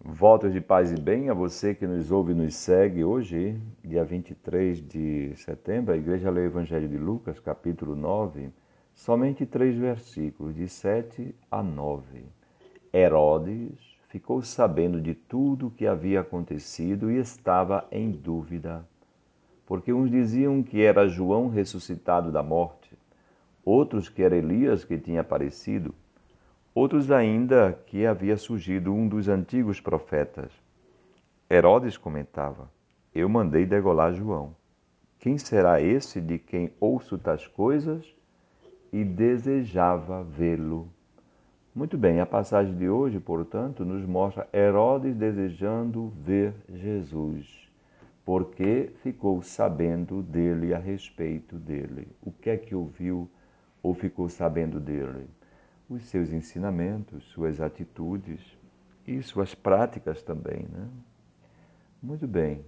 Votos de paz e bem a você que nos ouve e nos segue hoje, dia 23 de setembro. A igreja lê o Evangelho de Lucas, capítulo 9, somente 3 versículos, de 7 a 9. Herodes ficou sabendo de tudo o que havia acontecido e estava em dúvida, porque uns diziam que era João ressuscitado da morte, outros que era Elias que tinha aparecido, outros ainda que havia surgido um dos antigos profetas. Herodes comentava: Eu mandei degolar João. Quem será esse de quem ouço tais coisas? E desejava vê-lo. Muito bem, a passagem de hoje, portanto, nos mostra Herodes desejando ver Jesus, porque ficou sabendo dele, a respeito dele. O que é que ouviu ou ficou sabendo dele? Os seus ensinamentos, suas atitudes e suas práticas também, né? Muito bem,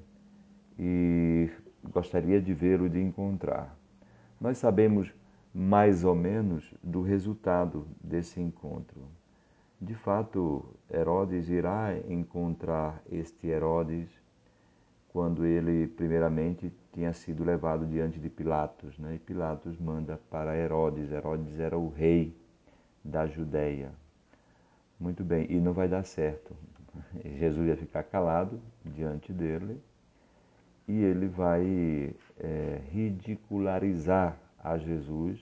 e gostaria de vê-lo, de encontrar. Nós sabemos mais ou menos do resultado desse encontro. De fato, Herodes irá encontrar este Herodes quando ele, primeiramente, tinha sido levado diante de Pilatos, né? E Pilatos manda para Herodes. Herodes era o rei da Judéia. Muito bem, e não vai dar certo. Jesus ia ficar calado diante dele e ele vai ridicularizar a Jesus,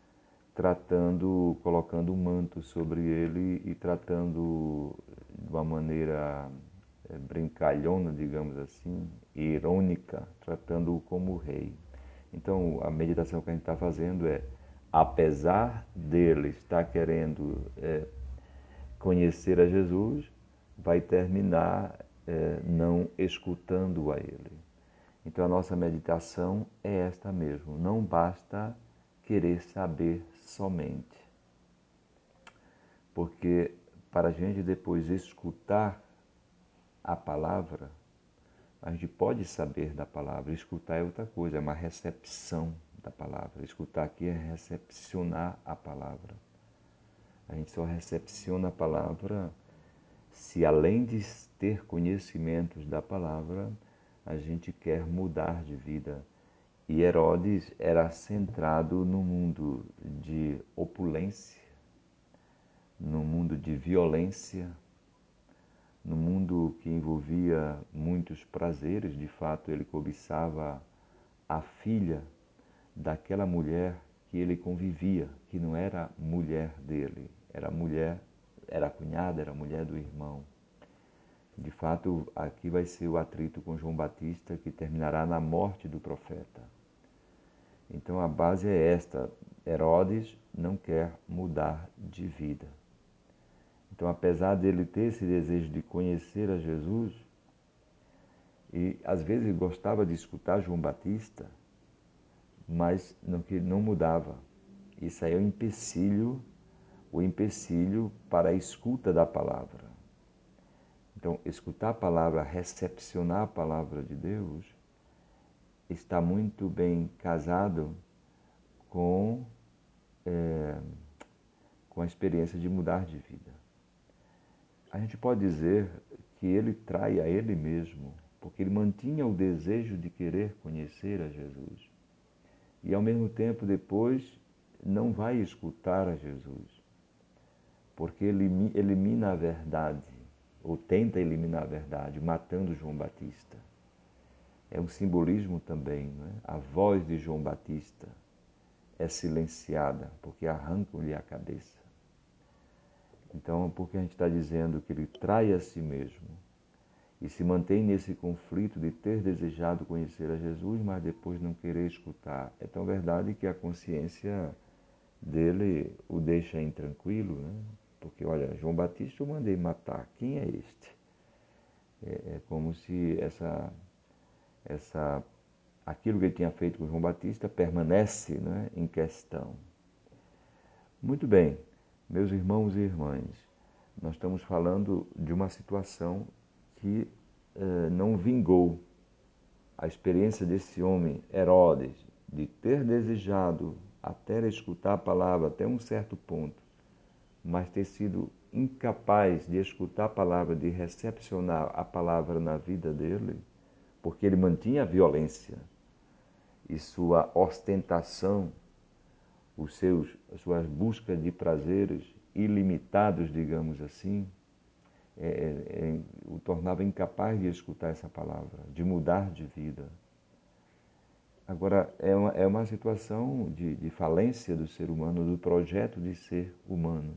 colocando um manto sobre ele e tratando de uma maneira brincalhona, digamos assim, e irônica, tratando-o como rei. Então, a meditação que a gente está fazendo é, apesar dele estar querendo conhecer a Jesus, vai terminar não escutando a ele. Então a nossa meditação é esta mesmo, não basta querer saber somente. Porque para a gente depois escutar a palavra, a gente pode saber da palavra, escutar é outra coisa, é uma recepção da palavra. Escutar aqui é recepcionar a palavra. A gente só recepciona a palavra se, além de ter conhecimentos da palavra, a gente quer mudar de vida. E Herodes era centrado no mundo de opulência, no mundo de violência, no mundo que envolvia muitos prazeres. De fato, ele cobiçava a filha daquela mulher que ele convivia, que não era mulher dele, era mulher, era a cunhada, era a mulher do irmão. De fato, aqui vai ser o atrito com João Batista, que terminará na morte do profeta. Então a base é esta: Herodes não quer mudar de vida. Então, apesar dele ter esse desejo de conhecer a Jesus, e às vezes ele gostava de escutar João Batista, mas não mudava. Isso aí é o empecilho para a escuta da palavra. Então, escutar a palavra, recepcionar a palavra de Deus, está muito bem casado com, com a experiência de mudar de vida. A gente pode dizer que ele trai a ele mesmo, porque ele mantinha o desejo de querer conhecer a Jesus. E ao mesmo tempo, depois, não vai escutar a Jesus, porque ele elimina a verdade, ou tenta eliminar a verdade, matando João Batista. É um simbolismo também, não é? A voz de João Batista é silenciada, porque arrancam-lhe a cabeça. Então, porque a gente está dizendo que ele trai a si mesmo e se mantém nesse conflito de ter desejado conhecer a Jesus, mas depois não querer escutar. É tão verdade que a consciência dele o deixa intranquilo, né? Porque, olha, João Batista eu mandei matar, quem é este? É como se aquilo que ele tinha feito com João Batista permanece, né, em questão. Muito bem, meus irmãos e irmãs, nós estamos falando de uma situação que não vingou. A experiência desse homem, Herodes, de ter desejado até escutar a palavra até um certo ponto, mas ter sido incapaz de escutar a palavra, de recepcionar a palavra na vida dele, porque ele mantinha a violência e sua ostentação, as suas buscas de prazeres ilimitados, digamos assim, o tornava incapaz de escutar essa palavra, de mudar de vida. Agora, é uma situação de falência do ser humano, do projeto de ser humano.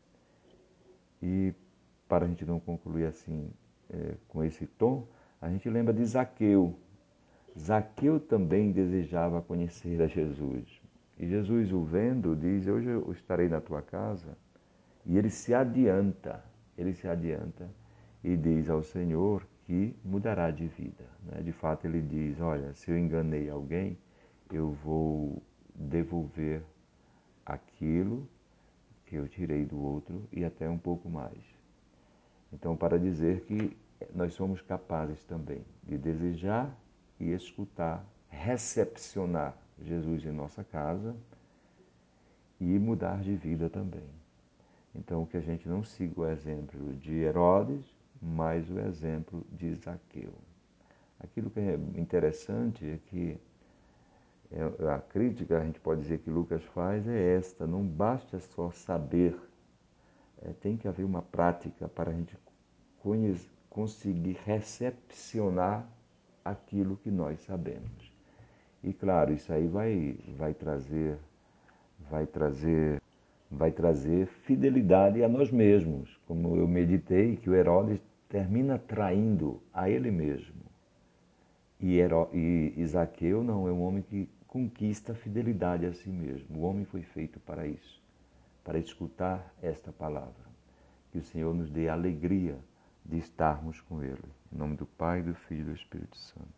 E, para a gente não concluir assim, com esse tom, a gente lembra de Zaqueu. Zaqueu também desejava conhecer a Jesus. E Jesus, o vendo, diz, hoje eu estarei na tua casa. E ele se adianta e diz ao Senhor que mudará de vida. De fato, ele diz, olha, se eu enganei alguém, eu vou devolver aquilo que eu tirei do outro e até um pouco mais. Então, para dizer que nós somos capazes também de desejar e escutar, recepcionar Jesus em nossa casa e mudar de vida também. Então, que a gente não siga o exemplo de Herodes, mas o exemplo de Zaqueu. Aquilo que é interessante é que a crítica, a gente pode dizer que Lucas faz, é esta: não basta só saber, tem que haver uma prática para a gente conseguir recepcionar aquilo que nós sabemos. E claro, isso aí vai trazer fidelidade a nós mesmos, como eu meditei que o Herodes termina traindo a ele mesmo. E Zaqueu não, é um homem que conquista a fidelidade a si mesmo. O homem foi feito para isso, para escutar esta palavra. Que o Senhor nos dê a alegria de estarmos com Ele. Em nome do Pai, do Filho e do Espírito Santo.